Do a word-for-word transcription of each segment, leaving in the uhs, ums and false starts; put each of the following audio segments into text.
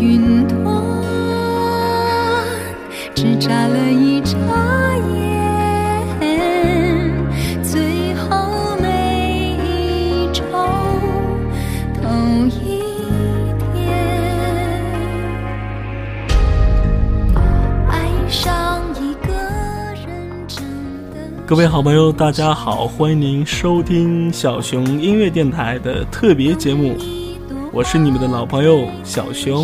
云端，只眨了一眨眼，最后每一周都一点。爱上一个人真的。 各位好朋友大家好，欢迎您收听小熊音乐电台的特别节目，我是你们的老朋友小熊。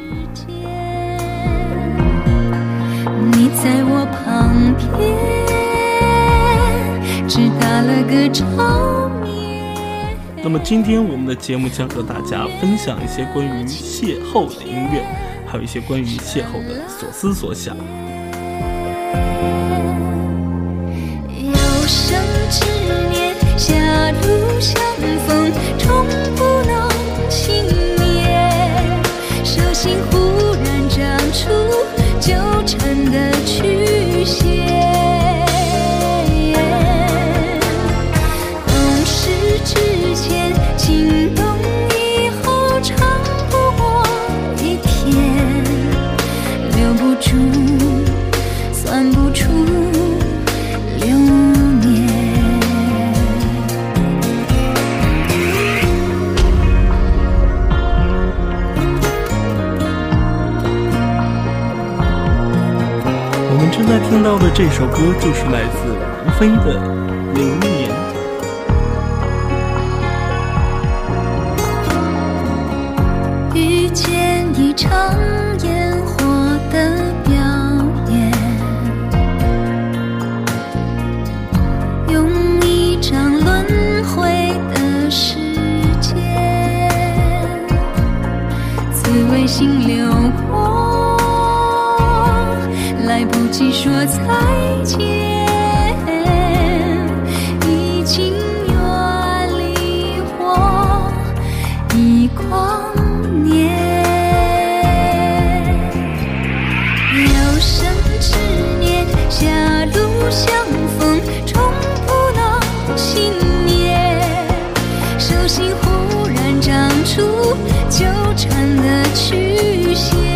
你在我旁边，只打了个照面。 那么今天我们的节目将和大家分享一些关于邂逅的音乐，还有一些关于邂逅的所思所想。 有生之年，狭路相逢，终不能幸免。手心忽然长出纠缠的曲线。懂事之前，心动以后，长不过一天，留不住，算不出流年。 我们正在听到的这首歌就是来自王菲的《流年》。 遇见一场烟火的表演，用一张轮回的时间，滋味心流过，来不及说再见，已经远离我一光年。有生之年，狭路相逢，终不能幸免。手心忽然长出纠缠的曲线。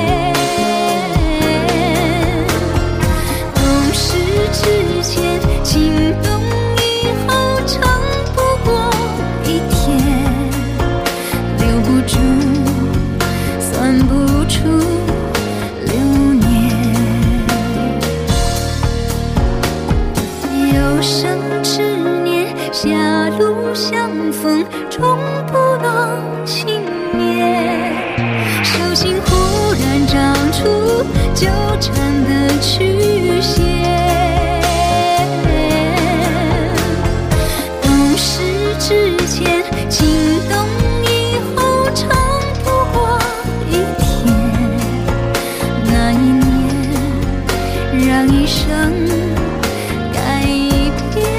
之前，心动以后，长不过一天，留不住，算不出流年。有生之年，狭路相逢，终不能幸免。手心忽然长出纠缠的曲线。之前，心动以后，长不过一天，那一年让一生改变。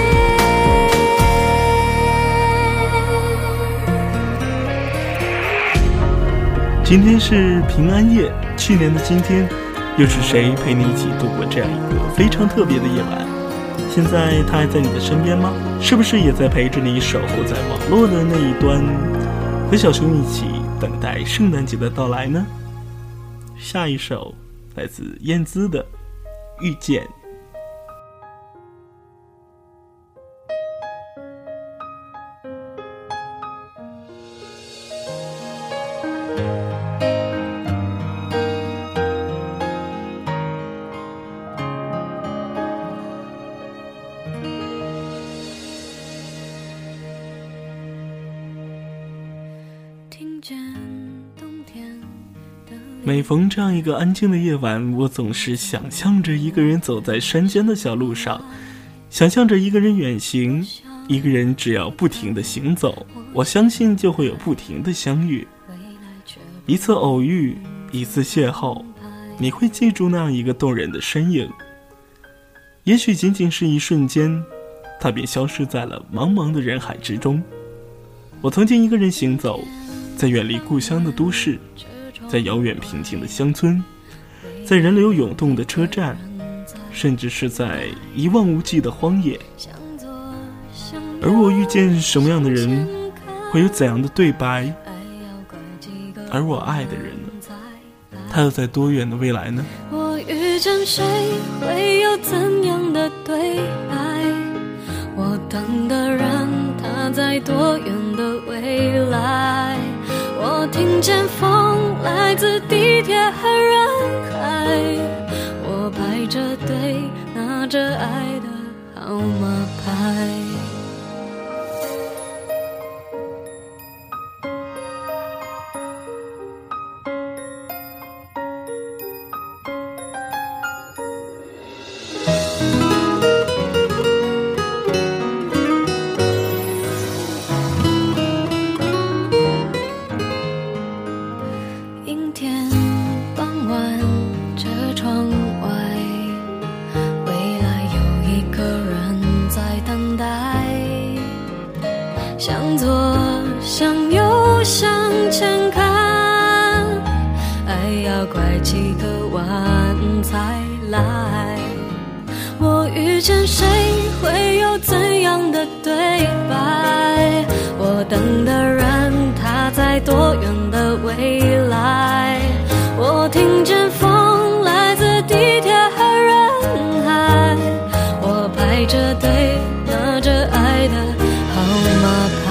今天是平安夜，去年的今天，又是谁陪你一起度过这样一个非常特别的夜晚？现在他还在你的身边吗？是不是也在陪着你守候在网络的那一端，和小熊一起等待圣诞节的到来呢？下一首来自燕姿的《遇见》。每逢这样一个安静的夜晚，我总是想象着一个人走在山间的小路上，想象着一个人远行，一个人只要不停地行走，我相信就会有不停的相遇。一次偶遇，一次邂逅，你会记住那样一个动人的身影。也许仅仅是一瞬间，他便消失在了茫茫的人海之中。我曾经一个人行走，在远离故乡的都市，在遥远平静的乡村，在人流涌动的车站，甚至是在一望无际的荒野。而我遇见什么样的人，会有怎样的对白，而我爱的人呢， 他又在多远的未来呢？ 我遇见谁会有怎样的对白？我等的人他在多远的未来？我听见风来自地铁和人海，我排着队拿着爱的号码牌。向左向右向前看，爱要拐几个弯才来。我遇见谁会有怎样的对白？我等的人他在多远的未来？我听见风来自地铁和人海，我排着队拿着爱的号码牌。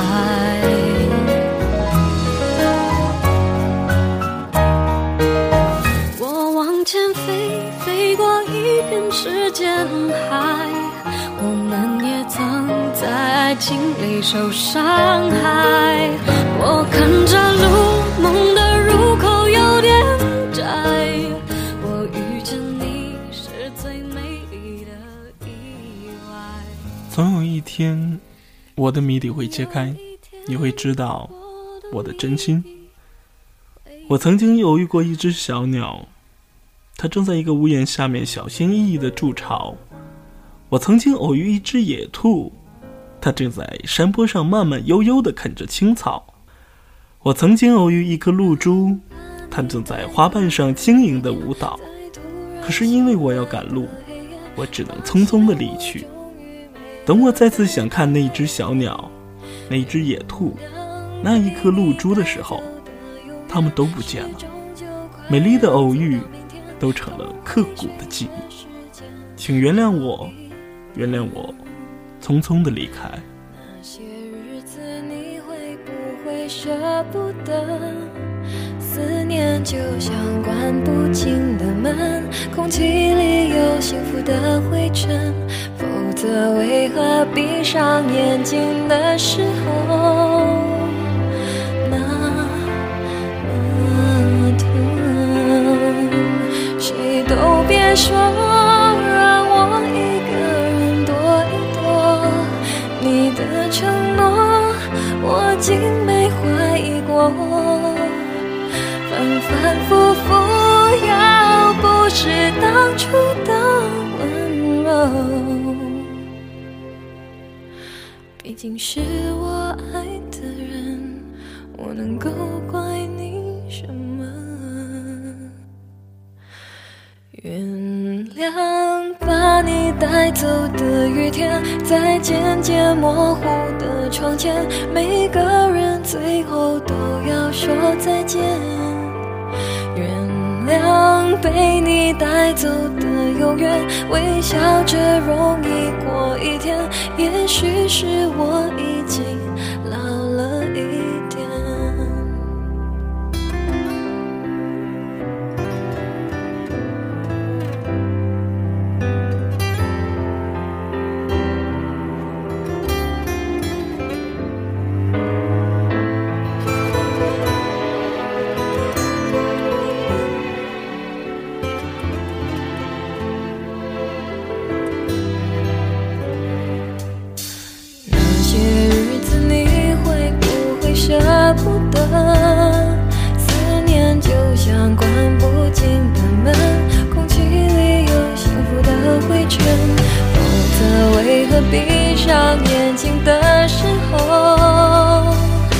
我往前飞，飞过一片时间海，我们也曾在爱情里受伤害。我看着路，梦的入口有点窄，我遇见你是最美丽的意外。 总有一天我的谜底会揭开，你会知道我的真心。我曾经偶遇过一只小鸟，它正在一个屋檐下面小心翼翼地筑巢。我曾经偶遇一只野兔，它正在山坡上慢慢悠悠地啃着青草。我曾经偶遇一颗露珠，它正在花瓣上轻盈地舞蹈。可是因为我要赶路，我只能匆匆地离去。等我再次想看那只小鸟，那只野兔，那一颗露珠的时候，它们都不见了。美丽的偶遇都成了刻骨的记忆。请原谅我，原谅我匆匆的离开。 那些日子你会不会舍不得？思念就像关不紧的门，空气里有幸福的灰尘，否则为何闭上眼睛的时候那么疼？谁都别说让我一个人躲一躲，你的承诺我竟没怀疑过，反反复复要不是当初的温柔，毕竟是我爱的人，我能够怪你什么？原谅把你带走的雨天，在渐渐模糊的窗前，每个人最后都要说再见。原谅被你带走的永远，微笑着容易过一天，也许是我已经老了一点。舍不得，思念就像关不紧的门，空气里有幸福的灰尘，否则为何闭上眼睛的时候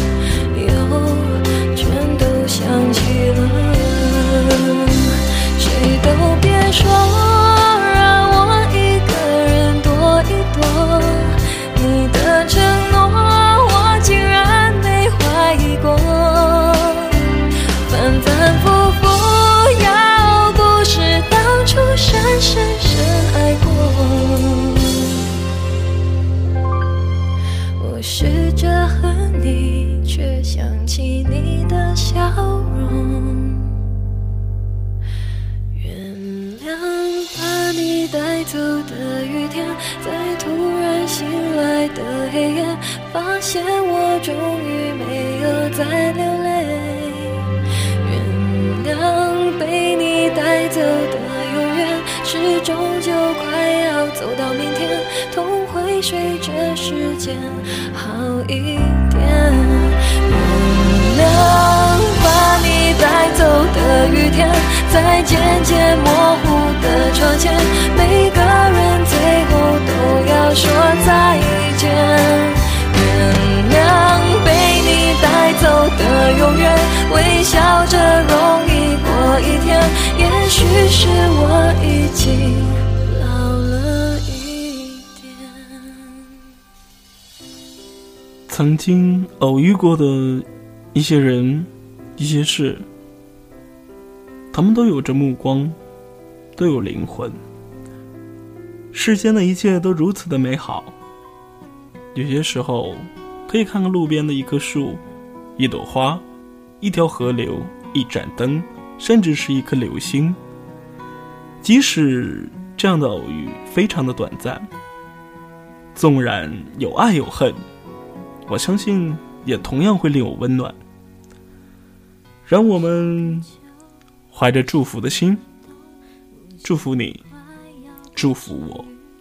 又全都想起了？谁都别说让我一个人躲一躲，你的承诺我竟然怀疑过，反反复复要把你带走的雨天，在突然醒来的黑夜，发现我终于没有再流泪。原谅被你带走的永远，是终究快要走到明天，痛会随着时间好一点。原谅把你带走的雨天，在渐渐模糊的窗前，每个人最后都要说再见。原谅被你带走的永远，微笑着容易过一天，也许是我已经老了一点。 曾经偶遇过的一些人一些事，他们都有着目光，都有灵魂。世间的一切都如此的美好，有些时候可以看看路边的一棵树，一朵花，一条河流，一盏灯，甚至是一颗流星。即使这样的偶遇非常的短暂，纵然有爱有恨，我相信也同样会令我温暖。让我们怀着祝福的心，祝福你，祝福我。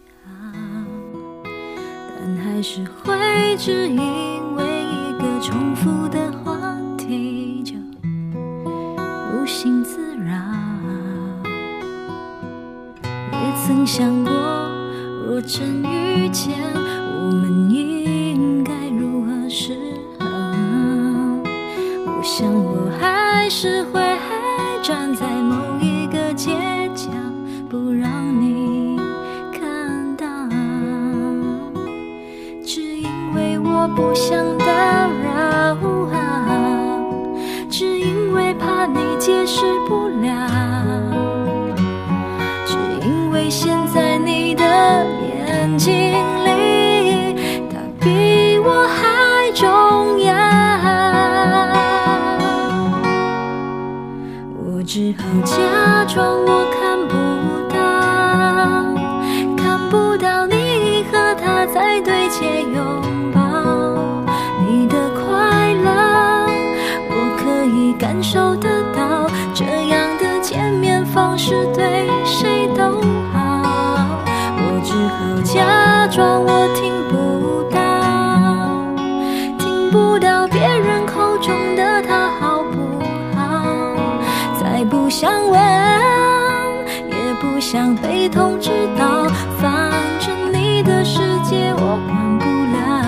但还是会只因为一个重复的话题就无心自扰。也曾想过，若真遇见，我们应该如何是好。我想我还是会站在某一个街角，不让你看到，只因为我不想打扰，只因为怕你解释不了，只因为现在你的眼睛里，它比我还重要。我只好假装我看不到，看不到你和他在对街拥抱，你的快乐我可以感受得到，这样的见面方式对谁都好。我只好假装我听不到，听不到别人口中的他好不好，再不想问，也不想被通知到，反正你的世界我管不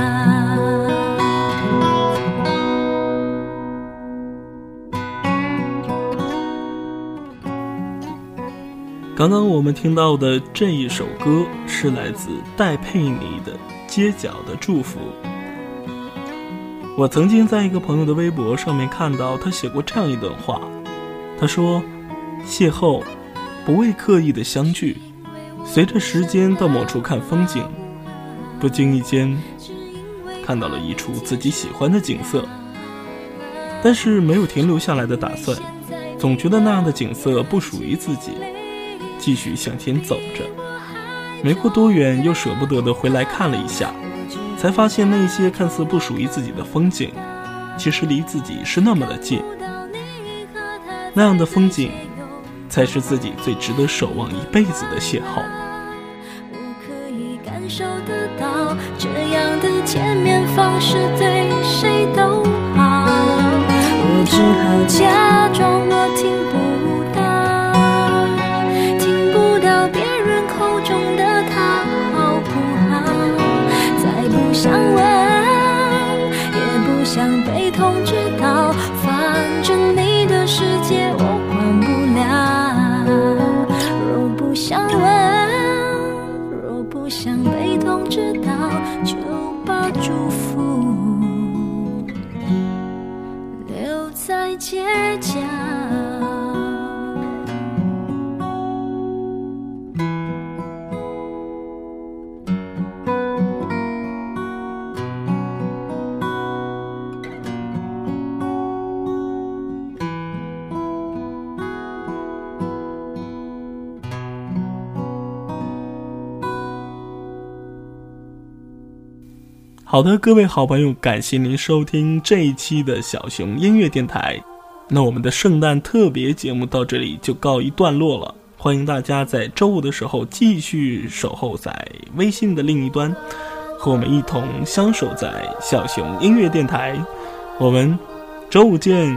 了。刚刚我们听到的这一首歌是来自戴佩妮的《街角的祝福》。我曾经在一个朋友的微博上面看到他写过这样一段话，他说，邂逅不为刻意的相聚，随着时间到某处看风景，不经意间看到了一处自己喜欢的景色，但是没有停留下来的打算，总觉得那样的景色不属于自己，继续向前走着，没过多远又舍不得的回来看了一下，才发现那些看似不属于自己的风景，其实离自己是那么的近。那样的风景才是自己最值得守望一辈子的邂逅。 我可以感受得到，这样的见面方式对谁都好。我只好假装我听不到，听不到别人口中的他好不好，再不想问，也不想被通知到，反正你的世界我管不了。若不想问，若不想被通知到，就把祝福留在街角。 好的，各位好朋友，感谢您收听这一期的小熊音乐电台。那我们的圣诞特别节目到这里就告一段落了，欢迎大家在周五的时候继续守候在微信的另一端，和我们一同相守在小熊音乐电台。我们周五见。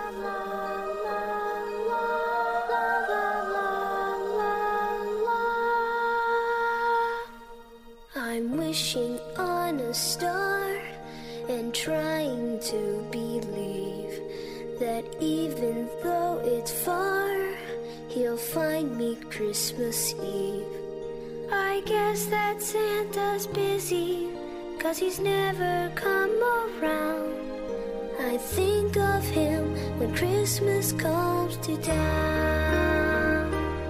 I'm wishing on a star and trying to believe that even though it's far, he'll find me Christmas Eve. I guess that Santa's busy, 'cause he's never come around. I think of him when Christmas comes to town.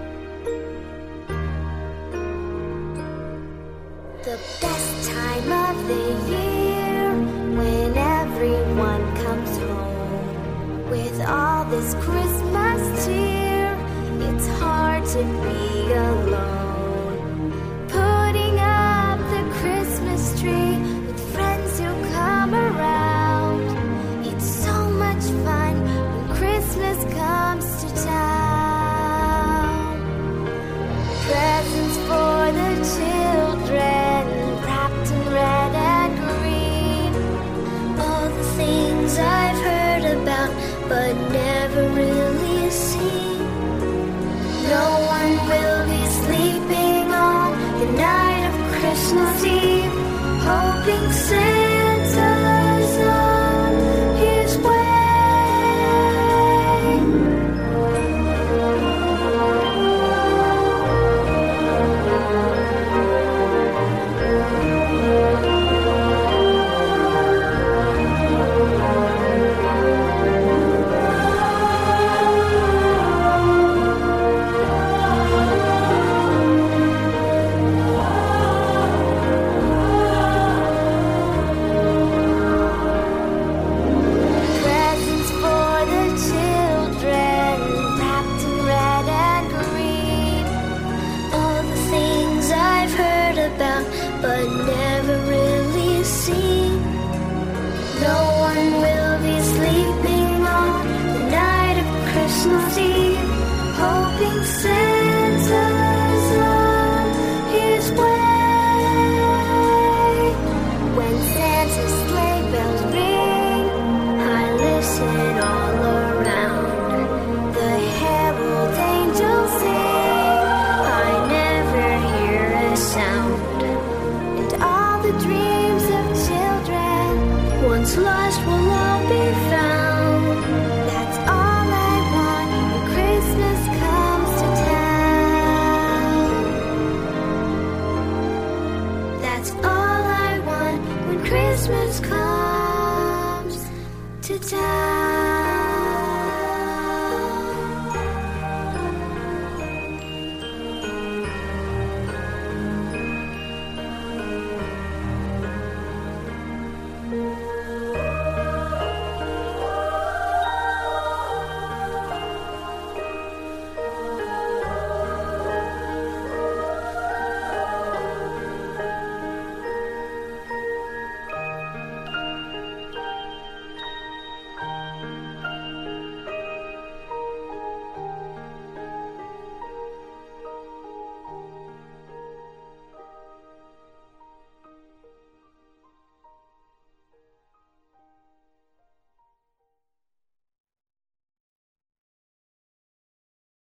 The best time of the year, when everyone comes home with all this Christmas cheer, it's hard to be alone. Putting up the Christmas tree with friends who come around, it's so much fun when Christmas comes to town. Presents for the children, wrapped in red and green, all the things I've heard about but never really seen. No one will be sleeping on the night of Christmas Eve, hoping Santa